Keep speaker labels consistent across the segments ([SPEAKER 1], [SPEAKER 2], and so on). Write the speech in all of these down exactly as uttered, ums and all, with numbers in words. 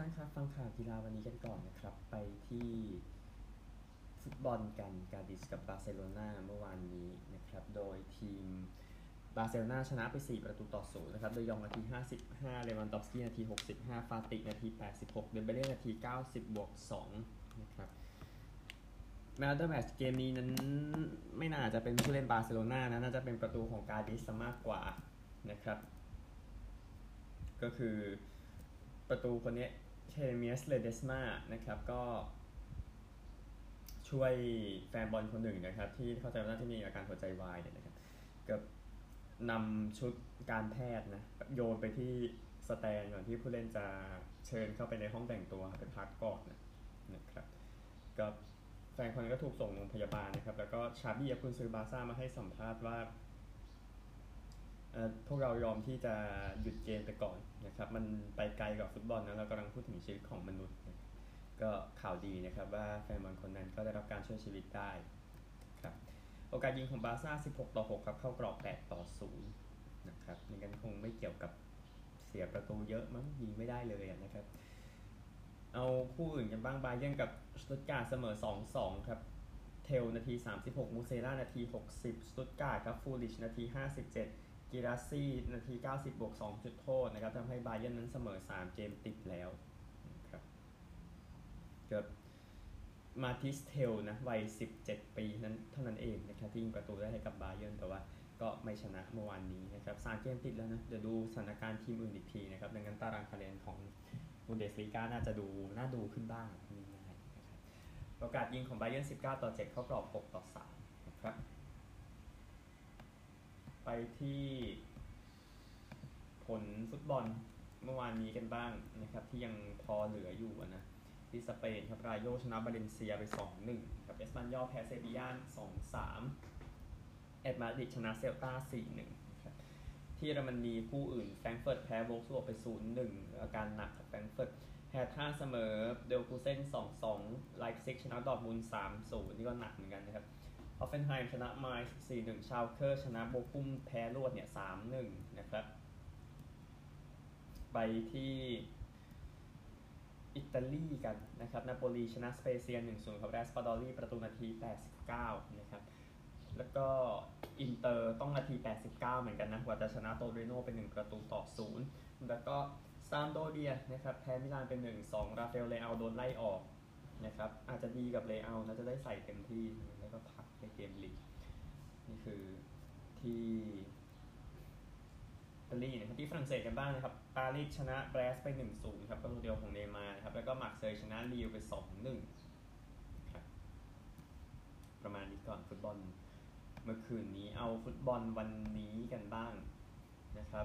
[SPEAKER 1] นะครับฟังข่าวกีฬาวันนี้กันก่อนนะครับไปที่ฟุตบอลกันกาดิสกับบาร์เซโลนาเมื่อวานนี้นะครับโดยทีมบาร์เซโลนาชนะไปสี่ประตูต่อศูนย์นะครับโดยยองนาทีห้าสิบห้าเลวานดอฟสกี้นาทีหกสิบห้าฟาตินาทีแปดสิบหกเดมเบเล่นาทีเก้าสิบบวกสองนะครับแมตช์เดอร์แมตช์เกมนี้นั้นไม่น่าจะเป็นผู้เล่นบาร์เซโลนานะน่าจะเป็นประตูของกาดิสมากกว่านะครับก็คือประตูคนนี้เชเมียสเลเดสมานะครับก็ช่วยแฟนบอลคนหนึ่งนะครับที่เข้าใจว่าที่มีอาการหัวใจวายเนี่ยนะครับกับนำชุดการแพทย์นะโยนไปที่สแตนก่อนที่ผู้เล่นจะเชิญเข้าไปในห้องแต่งตัวไปพักก่อนนะครับกับแฟนคนนั้นก็ถูกส่งโรงพยาบาลนะครับแล้วก็ชาบี้กุนซือบาร์ซ่ามาให้สัมภาษณ์ว่าพวกเรายอมที่จะหยุดเกมไปก่อนนะครับมันไปไกลกว่าฟุตบอลนะเรากำลังพูดถึงชีวิตของมนุษย์ก็ข่าวดีนะครับว่าแฟนบอลคนนั้นก็ได้รับการช่วยชีวิตได้ครับโอกาสยิงของบาร์ซ่าสิบหกต่อหกครับเข้ากรอบแปดต่อศูนย์นะครับนี่กันคงไม่เกี่ยวกับเสียประตูเยอะมั้งยิงไม่ได้เลยนะครับเอาคู่อื่นกันบ้างบาเยิร์นกับสตุตการ์ดเสมอ สองสอง ครับเทลนาทีสามสิบหกมูเซล่านาทีหกสิบสตุตการ์ดครับฟูลิชนาทีห้าสิบเจ็ดกิราซี่นาทีเก้าสิบบวกสองจุดโทษนะครับทำให้บาเยิร์นนั้นเสมอสามเกมติดแล้วนะครับเกือบมาติสเทลนะวัยสิบเจ็ดปีนั้นเท่านั้นเองนะครับที่ยิงประตูได้ให้กับบาเยิร์นแต่ว่าก็ไม่ชนะเมื่อวานนี้นะครับสามเกมติดแล้วนะเดี๋ยวดูสถานการณ์ทีมอื่นอีกทีนะครับดังนั้นตารางคะแนนของบุนเดสลีกาน่าจะดูน่าดูขึ้นบ้างง่ายๆนะครับโอกาสยิงของบาเยิร์นสิบเก้าต่อเจ็ดเข้ากรอบหกต่อสามนะครับไปที่ผลฟุตบอลเมื่อวานนี้กันบ้างนะครับที่ยังพอเหลืออยู่นะที่สเปนครับรายโยชนะบาเลนเซียไป สองหนึ่ง ครับเอสปันยอลแพ้เซบีย่า สองสาม เอตมาดริดชนะเซลตา สี่หนึ่ง ครับที่เยอรมนีคู่อื่นแฟรงก์เฟิร์ตแพ้โวลฟสบวร์กไป ศูนย์หนึ่ง อาการหนักกับแฟรงก์เฟิร์ตแฮท่าเสมอเดลคูเซ่น สองสอง ไลป์ซิกชนะดอร์ทมุนด์ สามศูนย์ นี่ก็หนักเหมือนกันนะครับฮอฟเฟนไฮม์ชนะไมซ์ สี่หนึ่ง ชาลเคอร์ชนะโบกุมแพ้รวดเนี่ย สามหนึ่ง นะครับไปที่อิตาลีกันนะครับนาโปลีชนะสเปเซีย หนึ่งศูนย์ ครับแรสปาดอรี่ประตูนาทีแปดสิบเก้านะครับแล้วก็อินเตอร์ต้องนาทีแปดสิบเก้าเหมือนกันนะกว่าจะชนะโตริโนเป็นหนึ่งประตูต่อศูนย์แล้วก็ซามโดเรียนะครับแพ้มิลานเป็น หนึ่งสอง ราฟาเอลเลอาโดนไล่ออกนะครับอาจจะดีกับเลอานะจะได้ใส่เต็มที่แล้วก็พักในเกมลีกนี่คือที่อิตาลีนะครับที่ฝรั่งเศสกันบ้างนะครับปารีสชนะแบรสไป หนึ่งศูนย์ ครับประตูเดียวของเนย์มาร์นะครับแล้วก็มาร์เซย์ชนะลีลไป สองหนึ่ง ครับประมาณนี้ก่อนฟุตบอลเมื่อคืนนี้เอาฟุตบอลวันนี้กันบ้างนะครับ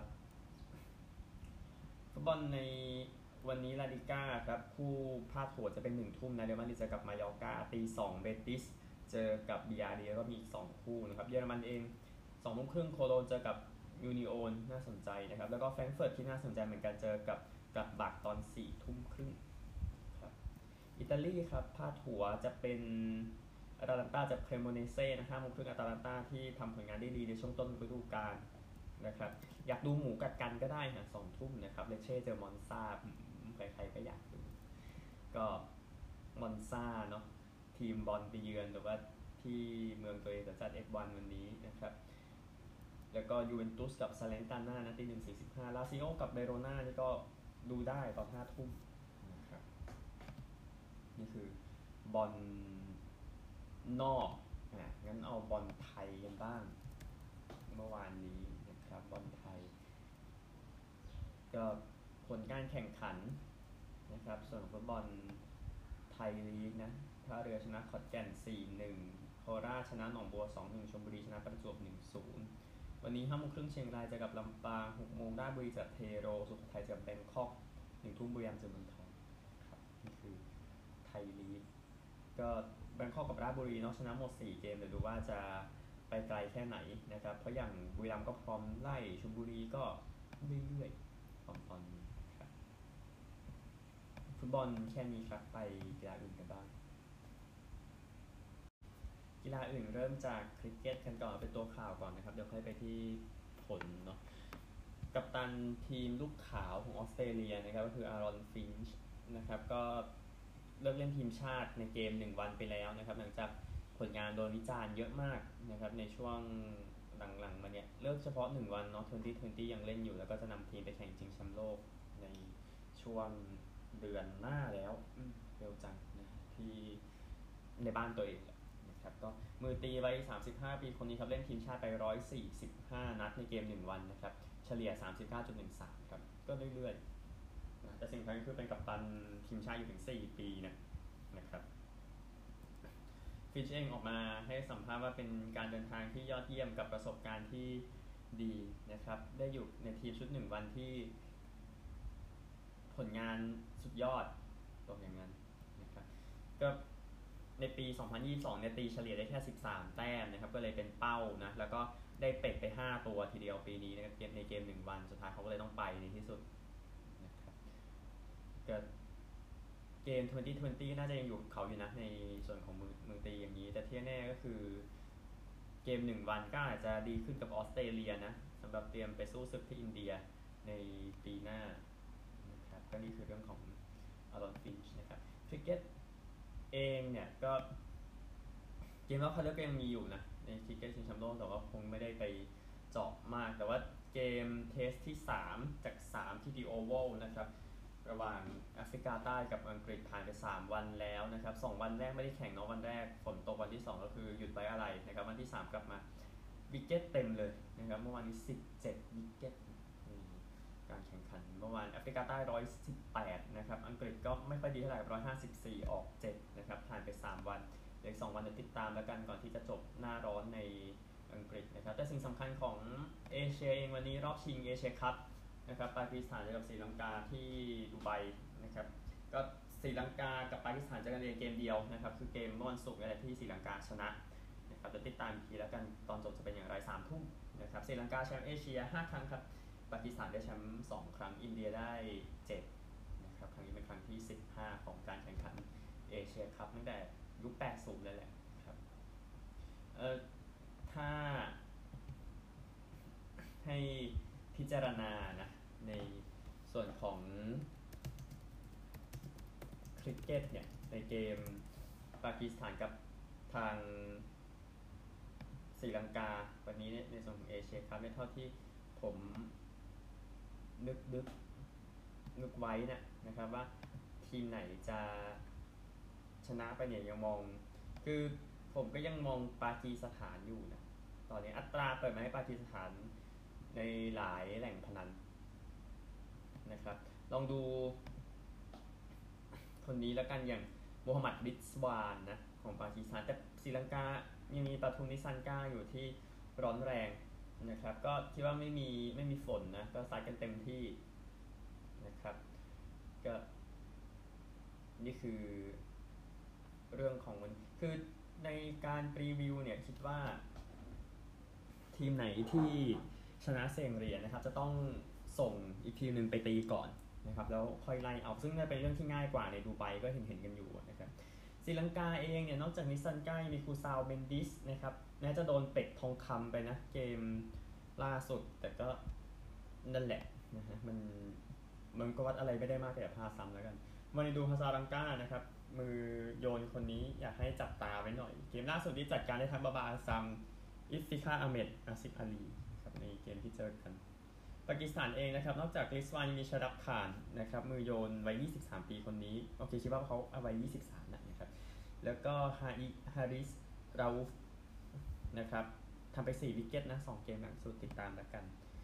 [SPEAKER 1] ฟุตบอลในวันนี้ลาลิก้าครับคู่พาดหัวจะเป็นหนึ่งทุ่มนะเรอัลมาดริดเจอกับมายอร์กาตีสองเบติสเจอกับบีอาร์ดีแล้วก็มีอีกสองคู่นะครับเยอรมันเองสองทุ่มครึ่งโคโลนเจอกับยูนิโอนน่าสนใจนะครับแล้วก็แฟรงก์เฟิร์ตที่น่าสนใจเหมือนกันเจอกับกับบักตอนสี่ทุ่มครึ่งครับอิตาลีครับพาดหัวจะเป็นอาตาลันตาจากเครโมเนเซ่นะห้าโมงครึ่งอาตาลันตาที่ทำผลงานได้ดีในช่วงต้นฤดูกาลนะครับอยากดูหมูกัดกันก็ได้นะสองทุ่มนะครับเลเช่เจอมอนซาใครๆก็อยากดูก็มอนซาเนาะทีมบอลไปเยือนหรือว่าที่เมืองตัวเองจะจัด เอฟ วัน วันนี้นะครับแล้วก็ยูเวนตุสกับซาเลนตาน่านะตีหนึ่งสี่สิบห้าลาซิโอกับเบโรนานี่ก็ดูได้ตอนห้าทุ่มนะครับนี่คือบอลนอกอ่ะงั้นเอาบอลไทยกันบ้างเมื่อวานนี้นะครับบอลไทยก็ผลการแข่งขันนะครับส่วนฟุตบอลไทยลีกนะท่าเรือชนะขอนแก่น สี่หนึ่ง โคราชชนะหนองบัว สองหนึ่ง ชลบุรีชนะประจวบ หนึ่งศูนย์ วันนี้ห้าโมงครึ่งเชียงรายเจอกับลำปาง หกโมงราชบุรีเจอเทโรสุโขทัยเจอแบงคอก หนึ่งทุ่มบุรีรัมย์เจอเมืองทองครับนี่คือไทยลีกก็แบงคอกกับราชบุรีเนาะชนะหมดสี่เกมเดี๋ยวดูว่าจะไปไกลแค่ไหนนะครับเพราะอย่างบุรีรัมย์ก็พร้อมไล่ชลบุรีก็เรื่อยๆพร้อมตอนนี้ครับฟุตบอลแค่นี้ครับไปกีฬาอื่นกันบ้างกีฬาอื่นเริ่มจากคริกเก็ตกันก่อนเป็นตัวข่าวก่อนนะครับเดี๋ยวค่อยไปที่ผลเนาะกัปตันทีมลูกขาวของออสเตรเลียนะครับก็คืออารอนฟินช์นะครับก็เลิกเล่นทีมชาติในเกมหนึ่งวันไปแล้วนะครับหลังจากผลงานโดนวิจารณ์เยอะมากนะครับในช่วงหลังๆมาเนี่ยเลิกเฉพาะหนึ่งวันเนาะยี่สิบยี่สิบยังเล่นอยู่แล้วก็จะนำทีมไปแข่งชิงแชมป์โลกในช่วงเดือนหน้าแล้วเร็วจังนะที่ในบ้านตัวเองนะครับก็มือตีไว้สามสิบห้าปีคนนี้ครับเล่นทีมชาติไปหนึ่งร้อยสี่สิบห้านัดในเกมหนึ่งวันนะครับเฉลี่ย สามสิบเก้าจุดหนึ่งสาม ครับก็เรื่อยๆแต่สิ่งสำคัญคือเป็นกัปตันทีมชาติอยู่ถึงสี่ปีนะนะครับฟิชเองออกมาให้สัมภาษณ์ว่าเป็นการเดินทางที่ยอดเยี่ยมกับประสบการณ์ที่ดีนะครับได้อยู่ในทีมชุดหนึ่งวันที่ผลงานสุดยอดตรงอย่างนั้นนะครับก็ในปีสองพันยี่สิบสองเนี่ยตีเฉลี่ยได้แค่สิบสามแต้มนะครับก็เลยเป็นเป้านะแล้วก็ได้เป็ดไปห้าตัวทีเดียวปีนี้นะครับในเกมหนึ่งวันสุดท้ายเขาก็เลยต้องไปในที่สุดนะครับก็เกมยี่สิบยี่สิบน่าจะยังอยู่กับเขาอยู่นะในส่วนของมือมือตีอย่างนี้แต่ที่แน่ก็คือเกมหนึ่งวันก็อาจจะดีขึ้นกับออสเตรเลียนะสำหรับเตรียมไปสู้ศึกที่อินเดียในปีหน้านะครับก็นี่คือเรื่องของอารอนฟินช์นะครับคริกเก็ตเองเนี่ยก็เกมรอบคัดเลือกก็ยังมีอยู่นะในคริกเก็ตชิงแชมป์โลกแต่ว่าคงไม่ได้ไปเจาะมากแต่ว่าเกมเทสที่สามจากสามที่ดีโอเวลนะครับระหว่างแอฟริกาใต้กับอังกฤษผ่านไปสามวันแล้วนะครับสองวันแรกไม่ได้แข่งเนาะวันแรกฝนตกวันที่สองก็คือหยุดไว้อะไรนะครับวันที่สามกลับมาวิกเก็ตเต็มเลยนะครับเมื่อวานนี้สิบเจ็ดวิกเก็ตการแข่งขันเมื่อวานแอฟริกาใต้หนึ่งร้อยสิบแปดนะครับอังกฤษก็ไม่ค่อยดีเท่าไหร่หนึ่งร้อยห้าสิบสี่ออกเจ็ดนะครับผ่านไปสามวันเดี๋ยวอีกสองวันจะติดตามแล้วกันก่อนที่จะจบหน้าร้อนในอังกฤษนะครับแต่สิ่งสำคัญของเอเชียเองวันนี้รอบชิงเอเชียคัพนะครับปากีสถานเจอกับศรีลังกาที่ดูไบนะครับก็ศรีลังกากับปากีสถานเจอกันในเกมเดียวนะครับคือเกมเมื่อวันศุกร์อะไรที่ศรีลังกาชนะนะครับจะติดตามอีกทีแล้วกันตอนจบจะเป็นอย่างไรสามทุ่มนะครับศรีลังกาแชมป์เอเชียห้าครั้งครับปากีสถานได้แชมป์สองครั้งอินเดียได้เจ็ดนะครับครั้งนี้เป็นครั้งที่สิบห้าของการแข่งขันเอเชียคัพตั้งแต่ยุคแปดสิบเลยแหละครับเอ่อถ้าให้พิจารณานะในส่วนของคริกเก็ตเนี่ยในเกมปากีสถานกับทางศรีลังกาวันนี้ในส่วนของเอเชียคัพในเท่าที่ผมนึกนึกนึกไว้นะนะครับว่าทีมไหนจะชนะไปเนี่ยยังมองคือผมก็ยังมองปากีสถานอยู่นะตอนนี้อัตราเปิดมาให้ปากีสถานในหลายแหล่งพนันนะครับลองดูคนนี้แล้วกันอย่างโมฮัมหมัดริซวานนะของปากีสถานแต่ศรีลังกายังมีปาทุมนิซันกาอยู่ที่ร้อนแรงนะครับก็คิดว่าไม่มีไม่มีฝนนะก็ซัดกันเต็มที่นะครับก็นี่คือเรื่องของมันคือในการพรีวิวเนี่ยคิดว่าทีมไหนที่ชนะเซงเหรียญนะครับจะต้องส่งอีกทีมหนึ่งไปตีก่อนนะครับแล้วค่อยไล่เอาซึ่งจะเป็นเรื่องที่ง่ายกว่าในดูไบก็เห็นเห็นกันอยู่นะครับศรีลังกาเองเนี่ยนอกจากนิซันใกล้มีคูซาวเบนดิสนะครับแม้จะโดนเป็ดทองคำไปนะเกมล่าสุดแต่ก็นั่นแหละนะฮะมันมันก็วัดอะไรไม่ได้มากแต่พาซ้ำแล้วกันมาดูฮาซาลังกานะครับมือโยนคนนี้อยากให้จับตาไว้หน่อยเกมล่าสุดที่จัดการได้ทั้งบาบาอาซัมอิฟติคาอาเมดอาซิฟอาลีครับในเกมที่เจอกันปากีสถานเองนะครับนอกจากลิสวานยังมีชาดับขานนะครับมือโยนวัยยี่สิบสามปีคนนี้โอเคคิดว่าเขาเอาวัยยี่สิบสามนะครับแล้วก็ฮาอิฮาริสราอูฟนะครับทำไปสี่วิกเก็ตนะสองเกมหลังสุดติดตามแล้วกัน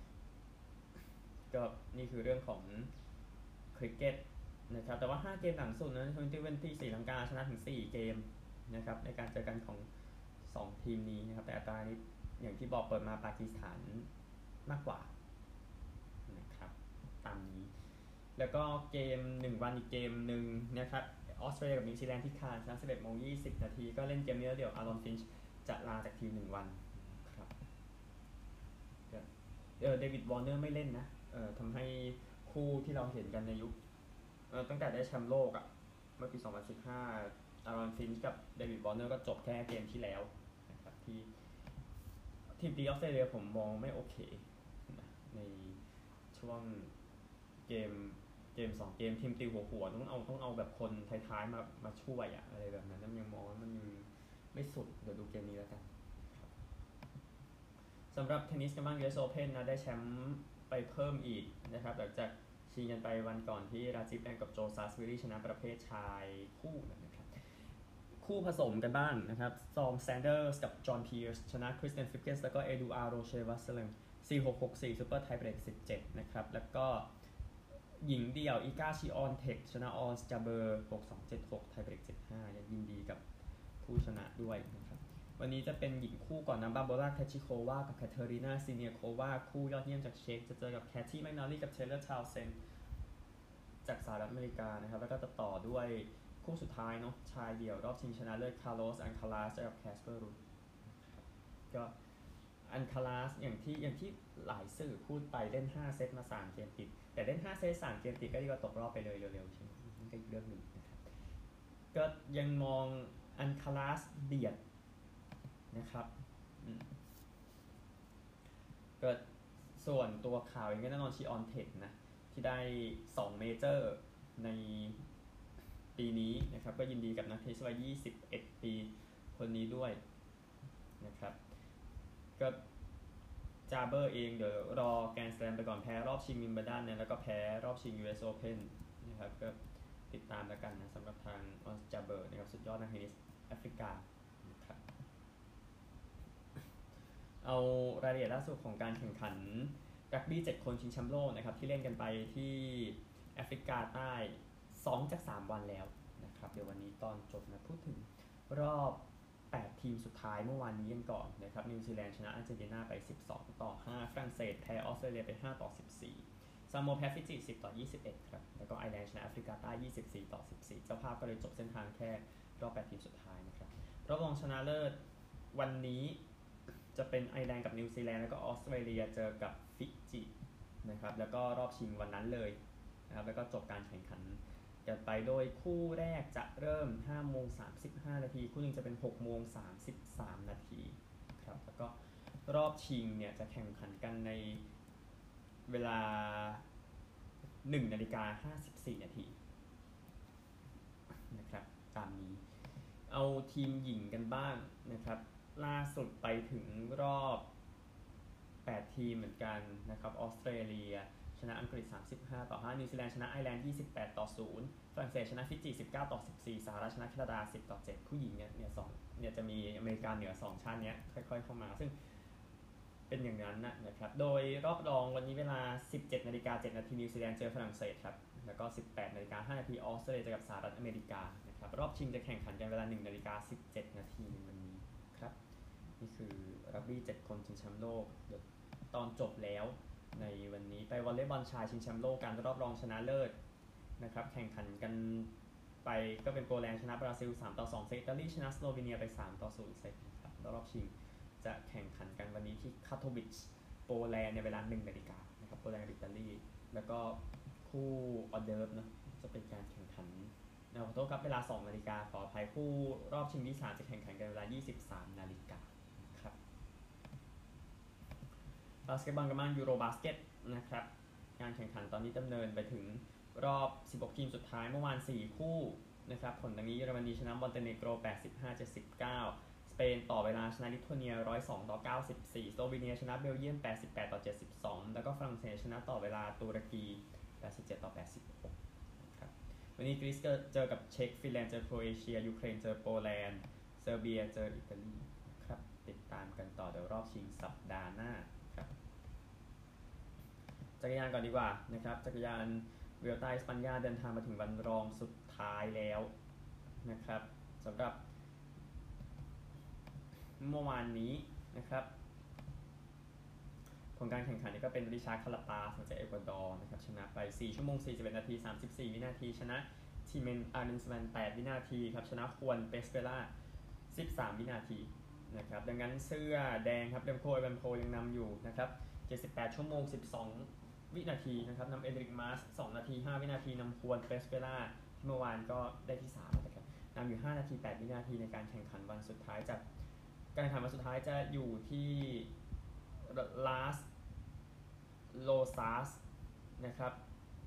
[SPEAKER 1] ก็นี่คือเรื่องของคริกเก็ตนะครับแต่ว่าห้าเกมหลังสุดนะยี่สิบยี่สิบศรีลังกาชนะถึงสี่เกมนะครับในการเจอกันของสองทีมนี้นะครับแต่อัตรานี้อย่างที่บอกเปิดมาปากีสถานมากกว่านะครับตามนี้แล้วก็เกมหนึ่งวันอีกเกมหนึ่งนะครับออสเตรเลียกับนิวซีแลนด์ที่คานชนะ สิบเอ็ดโมงยี่สิบ นาทีก็เล่นเกมนี้แล้วเดี๋ยวอารอนฟินช์จะลาจากทีมหนึ่งวันครับเออเดวิดวอร์เนอร์ไม่เล่นนะเออทำให้คู่ที่เราเห็นกันในยุคเออตั้งแต่ได้แชมป์โลกอะเมื่อปีสองพันสิบห้าอารอนฟินช์กับเดวิดวอร์เนอร์ก็จบแค่เกมที่แล้วนะครับที่ทีมดีออสเตรเลียผมมองไม่โอเคนะในช่วงเกมเกมสองเกมทีมตีหัวหัวต้องเอาต้องเอาแบบคนท้ายๆมามาช่วยอะอะไรแบบนั้นยังมองว่ามันไม่สุดเดี๋ยวดูเกมนี้แล้วกันสำหรับเทนนิสกันบ้าง ยู เอส Open นะได้แชมป์ไปเพิ่มอีกนะครับหลังจากชิงกันไปวันก่อนที่ราจิฟแดงกับโจซาสวิลลี่ชนะประเภทชายคู่นะครับคู่ผสมกันบ้างนะครับซอมแซนเดอร์สกับจอห์นพีเอร์สชนะคริสเตียนฟิกเกสแล้วก็เอดูอาร์โรเชวัสเลงสี่ หก หก สี่ซูเปอร์ไทเบรกสิบเจ็ดนะครับแล้วก็หญิงเดี่ยวอีกาชิออนเทคชนะออนสจาเบอร์หก สอง เจ็ด หกไทเบรกเจ็ดห้ายินดีกับผู้ชนะด้วยนะครับวันนี้จะเป็นหญิงคู่ก่อนนะบาโบราแคชิโควากับแคทเธอรีนาซิเนียโควาคู่ยอดเยี่ยมจากเช็กจะเจอกับแคทตี้แมคนาลีกับเทเลอร์ชาวเซนจากสหรัฐอเมริกานะครับแล้วก็จะต่อด้วยคู่สุดท้ายเนาะชายเดี่ยวรอบชิงชนะเลิศคาร์โลสอันคาลาสกับแคสเปอร์รูดก็อันคาลาสอย่างที่อย่างที่หลายสื่อพูดไปเล่นห้าเซตมาสามเกมติดแต่เล่นห้าเซตสามเกมติดก็ดีกว่าตกรอบไปเลยเร็วๆใช่ไหมนั่นก็อีกเรื่องหนึ่งนะครับก็ยังมองอันคาลาสเบียดนะครับก็ส่วนตัวข่าวเองก็แน่นอนชีออนเทคนะที่ได้สองเมเจอร์ในปีนี้นะครับก็ยินดีกับนักเทนนิสวัยยี่สิบเอ็ดปีคนนี้ด้วยนะครับก็จาเบอร์เองเดี๋ยวรอแกรนด์สแลมไปก่อนแพ้รอบชิงวิมเบิลดันเนี่ยแล้วก็แพ้รอบชิง ยู เอส Open นะครับก็ติดตามแล้วกันนะสำหรับทางออนจาเบอร์นะครับสุดยอดนักเทนนิสแอฟริกานะครับเอารายละเอียดล่าสุดของการแข่งขันรักบี้เจ็ดคนชิงแชมป์โลกนะครับที่เล่นกันไปที่แอฟริกาใต้สองจากสามวันแล้วนะครับเดี๋ยววันนี้ตอนจบนะพูดถึงรอบแปดทีมสุดท้ายเมื่อวานนี้กันก่อนนะครับนิวซีแลนด์ชนะอาร์เจนตินาไปสิบสองต่อห้าฝรั่งเศสแพ้ออสเตรเลียไปห้าต่อสิบสี่ซาโมแพ้ฟิจิสิบต่อยี่สิบเอ็ดครับแล้วก็ไอร์แลนด์ชนะแอฟริกาใต้ยี่สิบสี่ต่อสิบสี่เจ้าภาพก็เลยจบเส้นทางแค่รอบแปดทีมสุดท้ายนะครับรอบรองชนะเลิศวันนี้จะเป็นไอร์แลนด์กับนิวซีแลนด์แล้วก็ออสเตรเลียเจอกับฟิจินะครับแล้วก็รอบชิงวันนั้นเลยนะครับแล้วก็จบการแข่งขันกันไปโดยคู่แรกจะเริ่ม ห้าโมงสามสิบห้า นาทีคู่นึงจะเป็น หกโมงสามสิบสาม นาทีครับแล้วก็รอบชิงเนี่ยจะแข่งขันกันในเวลา หนึ่งนาฬิกาห้าสิบสี่ นาทีนะครับตามนี้เอาทีมหญิงกันบ้างนะครับล่าสุดไปถึงรอบแปดทีมเหมือนกันนะครับออสเตรเลียชนะอังกฤษสามสิบห้าต่อห้านิวซีแลนด์ชนะไอร์แลนด์ยี่สิบแปดต่อศูนย์ฝรั่งเศสชนะฟิจิสิบเก้าต่อสิบสี่สหรัฐชนะแคนาดาสิบต่อเจ็ดผู้หญิงเนี่ยเนี่ยสองเนี่ยจะมีอเมริกาเหนือสองชาติเนี้ยค่อยๆเข้ามาซึ่งเป็นอย่างนั้นนะครับโดยรอบรองวันนี้เวลา สิบเจ็ดนาฬิกาเจ็ดนาทีนิวซีแลนด์เจอฝรั่งเศสครับแล้วก็ สิบแปดนาฬิกาห้านาทีออสเตรเลียเจอกับสหรัฐอเมริกาครับรอบชิงจะแข่งขันกันเวลา หนึ่งนาฬิกาสิบเจ็ดนาทีในวันนี้ครับนี่คือรักบี้เจ็ดคนชิงแชมป์โลกเดี๋ยวตอนจบแล้วในวันนี้ไปวอลเลย์บอลชายชิงแชมป์โลกการรอบรองชนะเลิศนะครับแข่งขันกันไปก็เป็นโปแลนด์ชนะบราซิลสามต่อสองเซตอิตาลีชนะสโลวีเนียไปสามต่อศูนย์เซตครับรอบชิงจะแข่งขันกันวันนี้ที่คาโตวิชโปแลนด์ในเวลา หนึ่งนาฬิกานะครับโปแลนด์กับอิตาลีแล้วก็คู่ออเดิร์ฟนะจะเป็นการแข่งขันขอโทษครับเวลาสองนาฬิกาขออภัยคู่รอบชิงที่สามจะแข่งขันกันเวลายี่สิบสามนาฬิกาครับบาสเกตบอลกันบ้างยูโรบาสเกตนะครับการแข่งขันตอนนี้ดำเนินไปถึงรอบสิบหกทีมสุดท้ายเมื่อวานสี่คู่นะครับผลดังนี้เยอรมนีชนะมอนเตเนโกรแปดสิบห้า เจ็ดสิบเก้าสเปนต่อเวลาชนะลิทัวเนียหนึ่งร้อยสองต่อเก้าสิบสี่สโลวีเนียชนะเบลเยียมแปดสิบแปดต่อเจ็ดสิบสองแล้วก็ฝรั่งเศสชนะต่อเวลาตุรกีแปดสิบเจ็ดต่อแปดสิบหกวันนี้กรีซเจอกับเช็กฟินแลนด์เจอโครเอเชียยูเครนเจอโปแลนด์เซอร์เบียเจออิตาลีครับติดตามกันต่อเดี๋ยวรอบชิงสัปดาห์หน้าครับจักรยานก่อนดีกว่านะครับจักรยานเวลต้าอิสปัญญาเดินทางมาถึงวันรองสุดท้ายแล้วนะครับสำหรับเมื่อวานนี้นะครับผลการแข่งขันนี้ก็เป็นริชาร์ดคาราปาสจากเอกวาดอร์นะครับชนะไปสี่ชั่วโมงสี่สิบเอ็ดนาทีสามสิบสี่วินาทีชนะทีเมนอาร์เรนสแมนแปดวินาทีครับชนะควนเปสเปล่าสิบสามวินาทีนะครับดังนั้นเสื้อแดงครับเดมโคเอวันโพยังนำอยู่นะครับเจ็ดสิบแปดชั่วโมงสิบสองวินาทีนะครับนำเอดริกมาสสองนาทีห้าวินาทีนำควนเปสเปล่าเมื่อวานก็ได้ที่สามนะครับนำอยู่ห้านาทีแปดวินาทีในการแข่งขันวันสุดท้ายจากการแข่งขันวันสุดท้ายจะอยู่ที่ลาสโลซาสนะครับ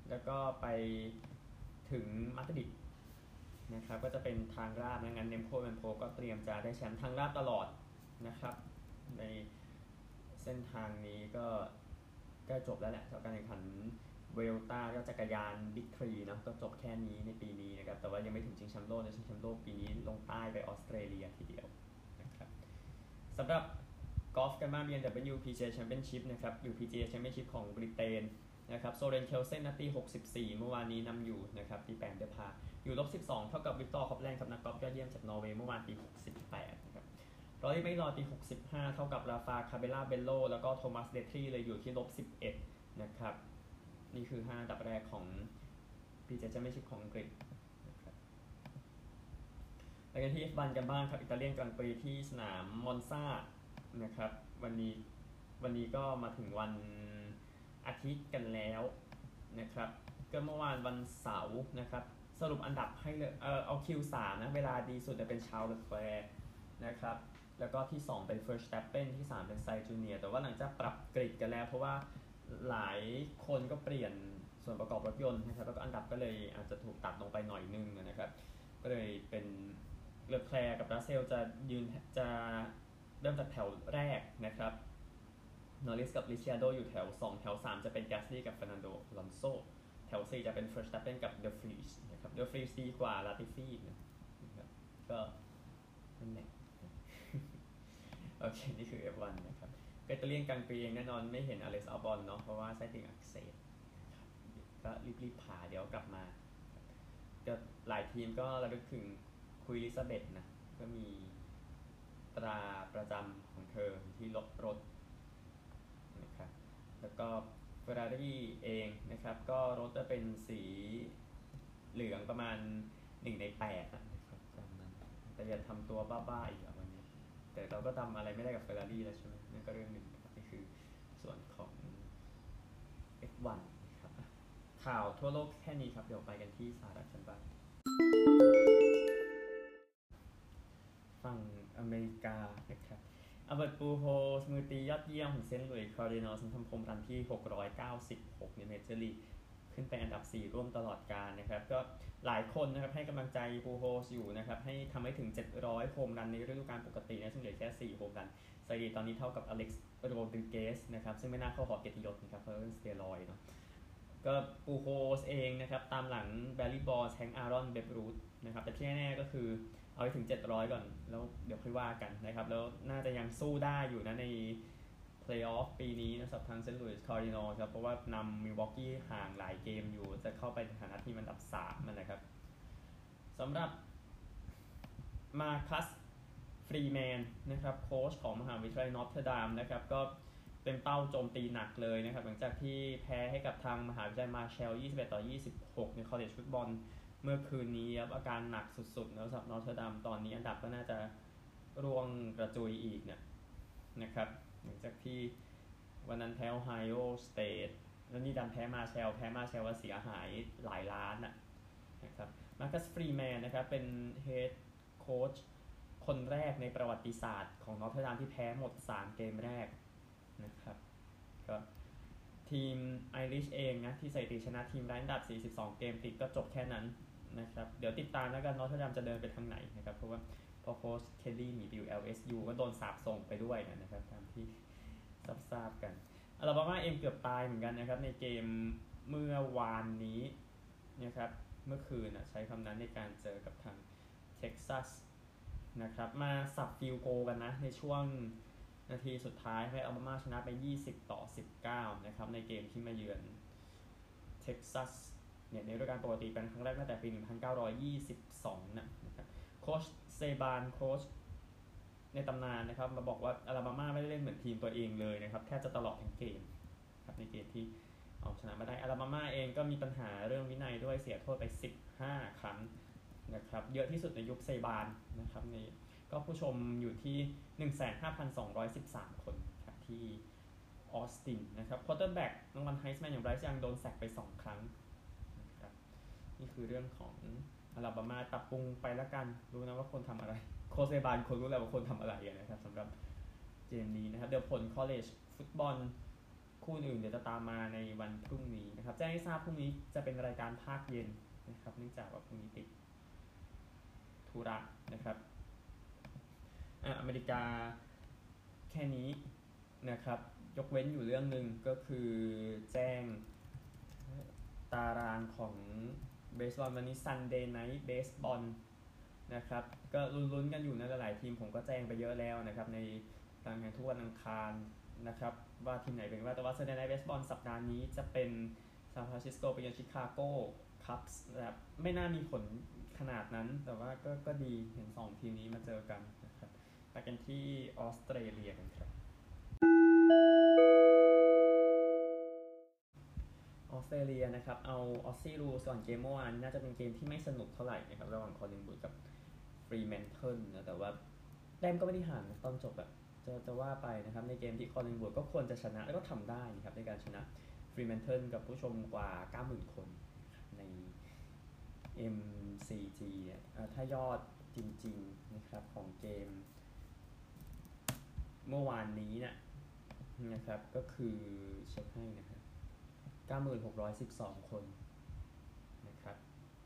[SPEAKER 1] แล้วก็ไปถึงมาดริดนะครับก็จะเป็นทางราบนะงั้นเนมโคแมนโพก็เตรียมจะได้แชมป์ทางราบตลอดนะครับในเส้นทางนี้ก็ใกล้จบแล้วแหละจากการแข่งขันเวลต้าก็จักรยานบิ๊กทรีนะก็จบแค่นี้ในปีนี้นะครับแต่ว่ายังไม่ถึงชิงแชมป์โลกนะชิงแชมป์โลกปีนี้ลงใต้ไปออสเตรเลียทีเดียวนะครับสำหรับกอล์ฟกันบ้าง บี เอ็ม ดับเบิลยู พี จี เอ Championship นะครับอยู่ พี จี เอ Championship ของบริเตนนะครับโซเรนเคลเซนนัดที่หกสิบสี่เมื่อวานนี้นำอยู่นะครับที่แปดเดพาอยู่ลบสิบสองเท่ากับวิกตอร์คอปแลนด์ครับนักกอล์ฟยอดเยี่ยมจากนอร์เวย์เมื่อวานปีหกสิบแปดนะครับรอรี่ไม่รอตีหกสิบห้าเท่ากับราฟาคาเบล่าเบลโลแล้วก็โทมัสเดทรีเลยอยู่ที่ลบสิบเอ็ดนะครับนี่คือห้าอันดับแรกของ พี จี เอ Championship ของอังกฤษนะครับแล้วกันที่ เอฟ วัน กันบ้างครับอิตาเลียนกรังปรีที่สนามมอนซานะครับวันนี้วันนี้ก็มาถึงวันอาทิตย์กันแล้วนะครับก็เมื่อวานวันเสาร์นะครับสรุปอันดับให้เลยเออเอา คิว สาม นะเวลาดีสุดจะเป็นชาร์ลส์ เลคแคลร์นะครับแล้วก็ที่สองเป็น Verstappen ที่สามเป็นไซน์จูเนียร์แต่ว่าหลังจากปรับกริดกันแล้วเพราะว่าหลายคนก็เปลี่ยนส่วนประกอบรถยนต์นะครับแล้วก็อันดับก็เลยอาจจะถูกตัดลงไปหน่อยนึงนะครับก็เลยเป็นเลคแคลร์กับรัสเซลจะยืนจะเริ่มจากแถวแรกนะครับนอริสกับริชาร์โดอยู่แถวสองแถวสามจะเป็นแกสลี่กับเฟรนันโด อลอนโซแถวสี่จะเป็น Verstappen กับ De Vries นะครับ De Vries ดีกว่า Latifi นะครับก็นั่นแหละโอเคนี่คือ เอฟ วัน นะครับเกตเตอร์เลียนกลางปีเองแน่นอนไม่เห็นอเล็กซ์ อัลบอนเนาะเพราะว่าไส้ติ่งอักเสบก็รีบๆผ่าเดี๋ยวกลับมาก็หลายทีมก็ระลึกถึงคุยลิซาเบธนะก็มีตราประจำของเธอที่รถรถนะครับแล้วก็เฟอร์รารี่เองนะครับก็รถจะเป็นสีเหลืองประมาณหนึ่งในแปดนะครับตามนั้นแต่อย่าทำตัวบ้าๆอีกอ่ะวันนี้แต่เราก็ทำอะไรไม่ได้กับเฟอร์รารี่แล้วใช่ไหมนั่นก็เรื่องหนึ่งครับนี่คือส่วนของ เอฟ วัน นะครับข่าวทั่วโลกแค่นี้ครับเดี๋ยวไปกันที่สหรัฐกันบ้างฝั่งอเมริกานะครับอัลเบิร์ต ปูโฮลส์มือตียอดเยี่ยมของเซนต์หลุยส์ คาร์ดินัลส์ทำพรมรันที่หกร้อยเก้าสิบหกในเมเจอร์ลีกขึ้นไปอันดับสี่ร่วมตลอดกาลนะครับก็หลายคนนะครับให้กำลังใจปูโฮลส์อยู่นะครับให้ทำให้ถึงเจ็ดร้อยโฮมรันในฤดูกาลปกตินะซึ่งเหลือแค่สี่โฮมรันสถิติตอนนี้เท่ากับอเล็กซ์ โรดริเกสนะครับซึ่งไม่น่าเข้าหอเกียรติยศนะครับเพราะเป็นสเตียรอยด์เนาะก็ปูโฮลส์เองนะครับตามหลังแบร์รี่บอลแฮงค์ อารอนเบฟรูธนะครับแต่ที่แน่ๆก็คือเอาไปถึงเจ็ดร้อยก่อนแล้วเดี๋ยวค่อยว่ากันนะครับแล้วน่าจะยังสู้ได้อยู่นะในเพลย์ออฟปีนี้นะสำหรับทางเซนต์หลุยส์ คาร์ดินัลส์ครับเพราะว่านำมิลวอกกี้ห่างหลายเกมอยู่จะเข้าไปในฐานะทีมอันดับสามนะครับสำหรับมาคัสฟรีแมนนะครับโค้ชของมหาวิทยาลัยนอร์ทเทอร์ดามนะครับก็เป็นเป้าโจมตีหนักเลยนะครับหลังจากที่แพ้ให้กับทางมหาวิทยาลัยมาเชลยี่สิบเอ็ดต่อยี่สิบหกในคอลเลจฟุตบอลเมื่อคืนนี้ครับอาการหนักสุดๆแล้วสำหรับนอร์ทเทอร์ดามตอนนี้อันดับก็น่าจะร่วงกระจุยอีกเนี่ยนะครับหลังจากที่วันนั้นแพ้โอไฮโอสเตทแล้วนี่ดันแพ้มาเชลแพ้มาเชลว่าเสียหายหลายล้านนะครับมาร์คัสฟรีแมนนะครับเป็นเฮดโค้ชคนแรกในประวัติศาสตร์ของนอร์ทเทอร์ดามที่แพ้หมดสามเกมแรกนะครับก็ทีมไอริชเองนะที่สถิติชนะทีมไร้อันดับสี่สิบสองเกมติดก็จบแค่นั้นนะครับเดี๋ยวติดตามแล้วกันนอร์ทเทอร์ดามจะเดินไปทางไหนนะครับเพราะว่าพอโค้ชเคลลี่หนีไปอยู่ แอล เอส ยู ก็โดนสาปส่งไปด้วยนะครับตามที่ทราบๆกันอลาบามาเองเกือบตายเหมือนกันนะครับในเกมเมื่อวานนี้นะครับเมื่อคืนใช้คำนั้นในการเจอกับทางเท็กซัสนะครับมาสับฟิลโกกันนะในช่วงนาทีสุดท้ายให้อัลบามาชนะไปยี่สิบต่อสิบเก้านะครับในเกมที่มาเยือนเท็กซัสเนี่ยในฤดูกาลปกติเป็นครั้งแรกตั้งแต่ปีหนึ่งพันเก้าร้อยยี่สิบสองนะครับโค้ชเซบานโค้ชในตำนานนะครับมาบอกว่าอลาบามาไม่ได้เล่นเหมือนทีมตัวเองเลยนะครับแทบจะตลอดทั้งเกมครับในเกมที่เอาชนะมาได้อลาบามาเองก็มีปัญหาเรื่องวินัยด้วยเสียโทษไปสิบห้าครั้งนะครับเยอะที่สุดในยุคเซบานนะครับในก็ผู้ชมอยู่ที่ หนึ่งแสนห้าพันสองร้อยสิบสาม คนครับที่ออสตินนะครับควอเตอร์แบ็กรางวัลไฮส์แมนอย่างไบรซ์ยังโดนแซกไปสองครั้งนะครับนี่คือเรื่องของอลาบามาปรับปรุงไปแล้วกันรู้นะว่าคนทำอะไรโคเซบานคนรู้แล้วว่าคนทำอะไรนะครับสำหรับเกมนี้นะครับเดี๋ยวผลคอลเลจฟุตบอลคู่อื่นเดี๋ยวจะตามมาในวันพรุ่งนี้นะครับแจ้งให้ทราบพรุ่งนี้จะเป็นรายการภาคเย็นนะครับเนื่องจากว่าพรุ่งนี้ติดธุระนะครับอ่ะอเมริกาแค่นี้นะครับยกเว้นอยู่เรื่องหนึ่งก็คือแจ้งตารางของเบสบอลวันนี้ Sunday Night Baseball นะครับก็ลุ้นๆกันอยู่นะหลายๆทีมผมก็แจ้งไปเยอะแล้วนะครับในทางแข่งทุกวันอังคารนะครับว่าทีมไหนเป็นว่าแต่ว่า Sunday Night Baseball สัปดาห์นี้จะเป็นซานฟรานซิสโกไปเยือนชิคาโกคัพส์นะครับไม่น่ามีผลขนาดนั้นแต่ว่าก็ก็ดีเห็นสองทีมนี้มาเจอกันนะครับไปกันที่ออสเตรเลียกันครับออสเตรเลียนะครับเอาออสซี่รูส่วนเกมเมื่อวานน่าจะเป็นเกมที่ไม่สนุกเท่าไหร่นะครับระหว่างคอลลินวูดกับฟรีแมนเทิลนะแต่ว่าแต้มก็ไม่ได้ห่างตอนจบแบบจะจะว่าไปนะครับในเกมที่คอลลินวูดก็ควรจะชนะแล้วก็ทำได้นะครับในการชนะฟรีแมนเทิลกับผู้ชมกว่า เก้าหมื่น คนใน เอ็ม ซี จี ถ้ายอดจริงๆนะครับของเกมเมื่อวานนี้นะนะครับก็คือเช็คให้นะครับ เก้าหมื่นหกร้อยสิบสอง คนนะครับ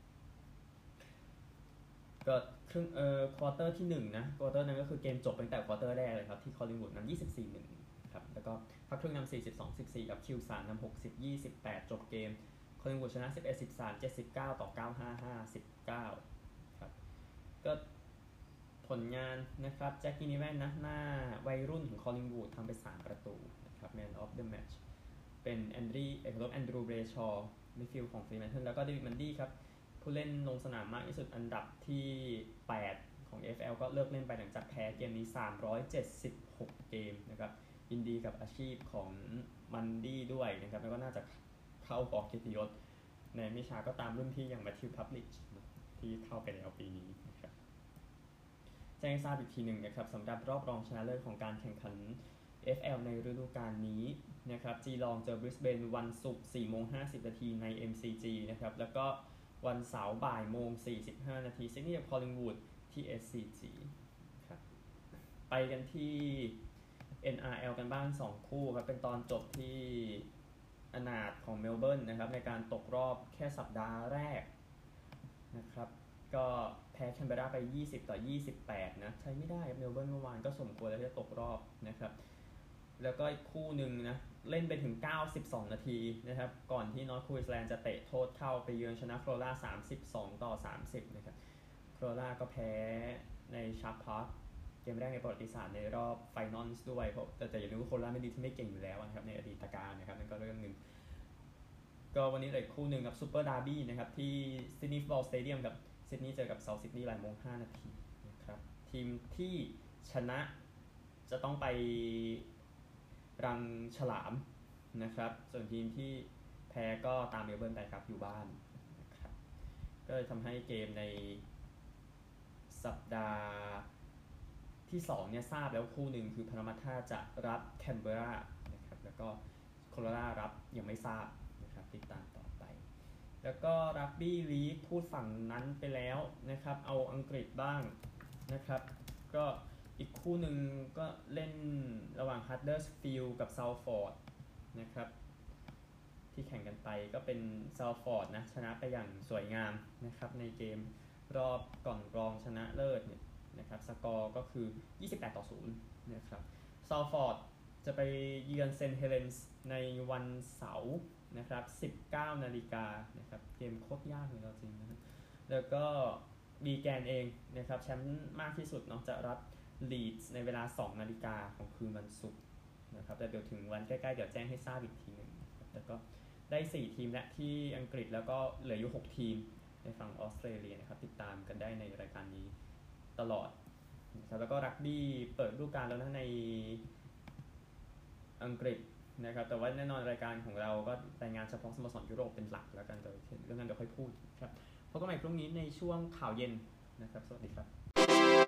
[SPEAKER 1] ก็ครึ่งเอ่อควอเตอร์ที่หนึ่งนะควอเตอร์นั้นก็คือเกมจบตั้งแต่ควอเตอร์แรกเลยครับที่คอลลินวูดนำ ยี่สิบสี่หนึ่ง ครับแล้วก็พักครึ่งนำ สี่สิบสองสิบสี่ กับคิวสามนำ หกสิบยี่สิบแปด จบเกมคอลลินวูดชนะ สิบเอ็ดสิบสาม เจ็ดสิบเก้า ต่อ เก้าสิบห้า ห้าสิบเก้า ครับก็ผลงานนะครับแจ็คกี้นิแวนนะหน้าวัยรุ่นของคอลลินวูดทำไปสามประตูนะครับ Man of the Match เป็นแอนดรีเอกลบแอนดรูเบรชอว์มิดฟิลด์ของฟรีแมนเทิลแล้วก็เดวิดมันดี้ครับผู้เล่นลงสนามมากที่สุดอันดับที่แปดของ เอฟ แอล ก็เลิกเล่นไปหลังจากแพ้เกมนี้สามร้อยเจ็ดสิบหกเกมนะครับยินดีกับอาชีพของมันดี้ด้วยนะครับแล้วก็น่าจะเข้าออกเกียรติยศในไม่ช้าก็ตามรุ่นพี่อย่างแมทธิวพับลิชที่เข้าไปแล้วปีนี้นะครับแจ้งให้ทราบอีกทีหนึ่งนะครับสำหรับรอบรองชนะเลิศของการแข่งขัน เอฟ แอล ในฤดูกาลนี้นะครับจีลองเจอบริสเบนวันศุกร์ สี่โมงห้าสิบนาทีใน เอ็ม ซี จี นะครับแล้วก็วันเสาร์บ่ายโมงสี่สิบห้านาทีซิดนีย์กับคอลลินวูดที่ เอส ซี จี ครับไปกันที่ เอ็น อาร์ แอล กันบ้างสองคู่ครับเป็นตอนจบที่อนาถของเมลเบิร์นนะครับในการตกรอบแค่สัปดาห์แรกนะครับก็แพ้แคนเบราไปยี่สิบต่อยี่สิบแปดนะใช้ไม่ได้เมลเบิร์นเมื่อวานก็สมควรแล้วที่จะตกรอบนะครับแล้วก็อีกคู่หนึ่งนะเล่นไปถึงเก้าสิบสองนาทีนะครับก่อนที่นอร์ทควีนส์แลนด์จะเตะโทษเข้าไปเยือนชนะโคโรราสามสิบสองต่อสามสิบนะครับโคโรราก็แพ้ในชาร์ปพาร์คเกมแรกในประวัติศาสตร์ในรอบไฟนอลส์ด้วยเพราะแต่แต่อย่าลืมว่าโคโรราไม่ดีที่ไม่เก่งอยู่แล้วนะครับในอดีตการนะครับนั่นก็เรื่องนึงก็วันนี้เลยคู่หนึ่งกับซูเปอร์ดาร์บี้นะครับที่ซิดนีย์ฟุตบอลสเตเดียมกับซิดนีย์เจอกับเซาท์ซิดนีย์บ่ายโมงห้านาทีนะครับทีมที่ชนะจะต้องไปรังฉลามนะครับส่วนทีมที่แพ้ก็ตามเมลเบิร์นไปครับอยู่บ้านนะครับก็เลยทำให้เกมในสัปดาห์ที่สองเนี่ยทราบแล้วคู่หนึ่งคือพารามัตตาจะรับแคนเบรานะครับแล้วก็โคโรรารับยังไม่ทราบนะครับติดตามต่อไปแล้วก็รักบี้ลีกพูดฝั่งนั้นไปแล้วนะครับเอาอังกฤษบ้างนะครับก็อีกคู่หนึ่งก็เล่นระหว่างฮัดเดอร์สฟิลด์กับเซาท์ฟอร์ดนะครับที่แข่งกันไปก็เป็นเซาท์ฟอร์ดนะชนะไปอย่างสวยงามนะครับในเกมรอบก่อนรองชนะเลิศเนี่ยนะครับสกอร์ก็คือยี่สิบแปดต่อศูนย์นะครับเซาท์ฟอร์ดจะไปเยือนเซนต์เฮเลนส์ในวันเสาร์นะครับ สิบเก้านาฬิกานะครับเกมโคตรยากเลยจริงนะครับแล้วก็บีแกนเองนะครับแชมป์มากที่สุดเนาะจะรับลีดส์ในเวลาสองนาฬิกาของคืนวันศุกร์นะครับแต่เดี๋ยวถึงวันใกล้ๆเดี๋ยวแจ้งให้ทราบอีกทีนึงแล้วก็ได้สี่ทีมและที่อังกฤษแล้วก็เหลืออยู่หกทีมในฝั่งออสเตรเลียนะครับติดตามกันได้ในรายการนี้ตลอดแล้วก็รักบี้เปิดฤดูกาลแล้วนะในอังกฤษนะครับแต่ว่าแน่นอนรายการของเราก็รายงานเฉพาะสโมสรยุโรปเป็นหลักแล้วกันเดี๋ยวเรื่องนั้นเดี๋ยวค่อยพูดครับพบกันใหม่พรุ่งนี้ในช่วงข่าวเย็นนะครับสวัสดีครับ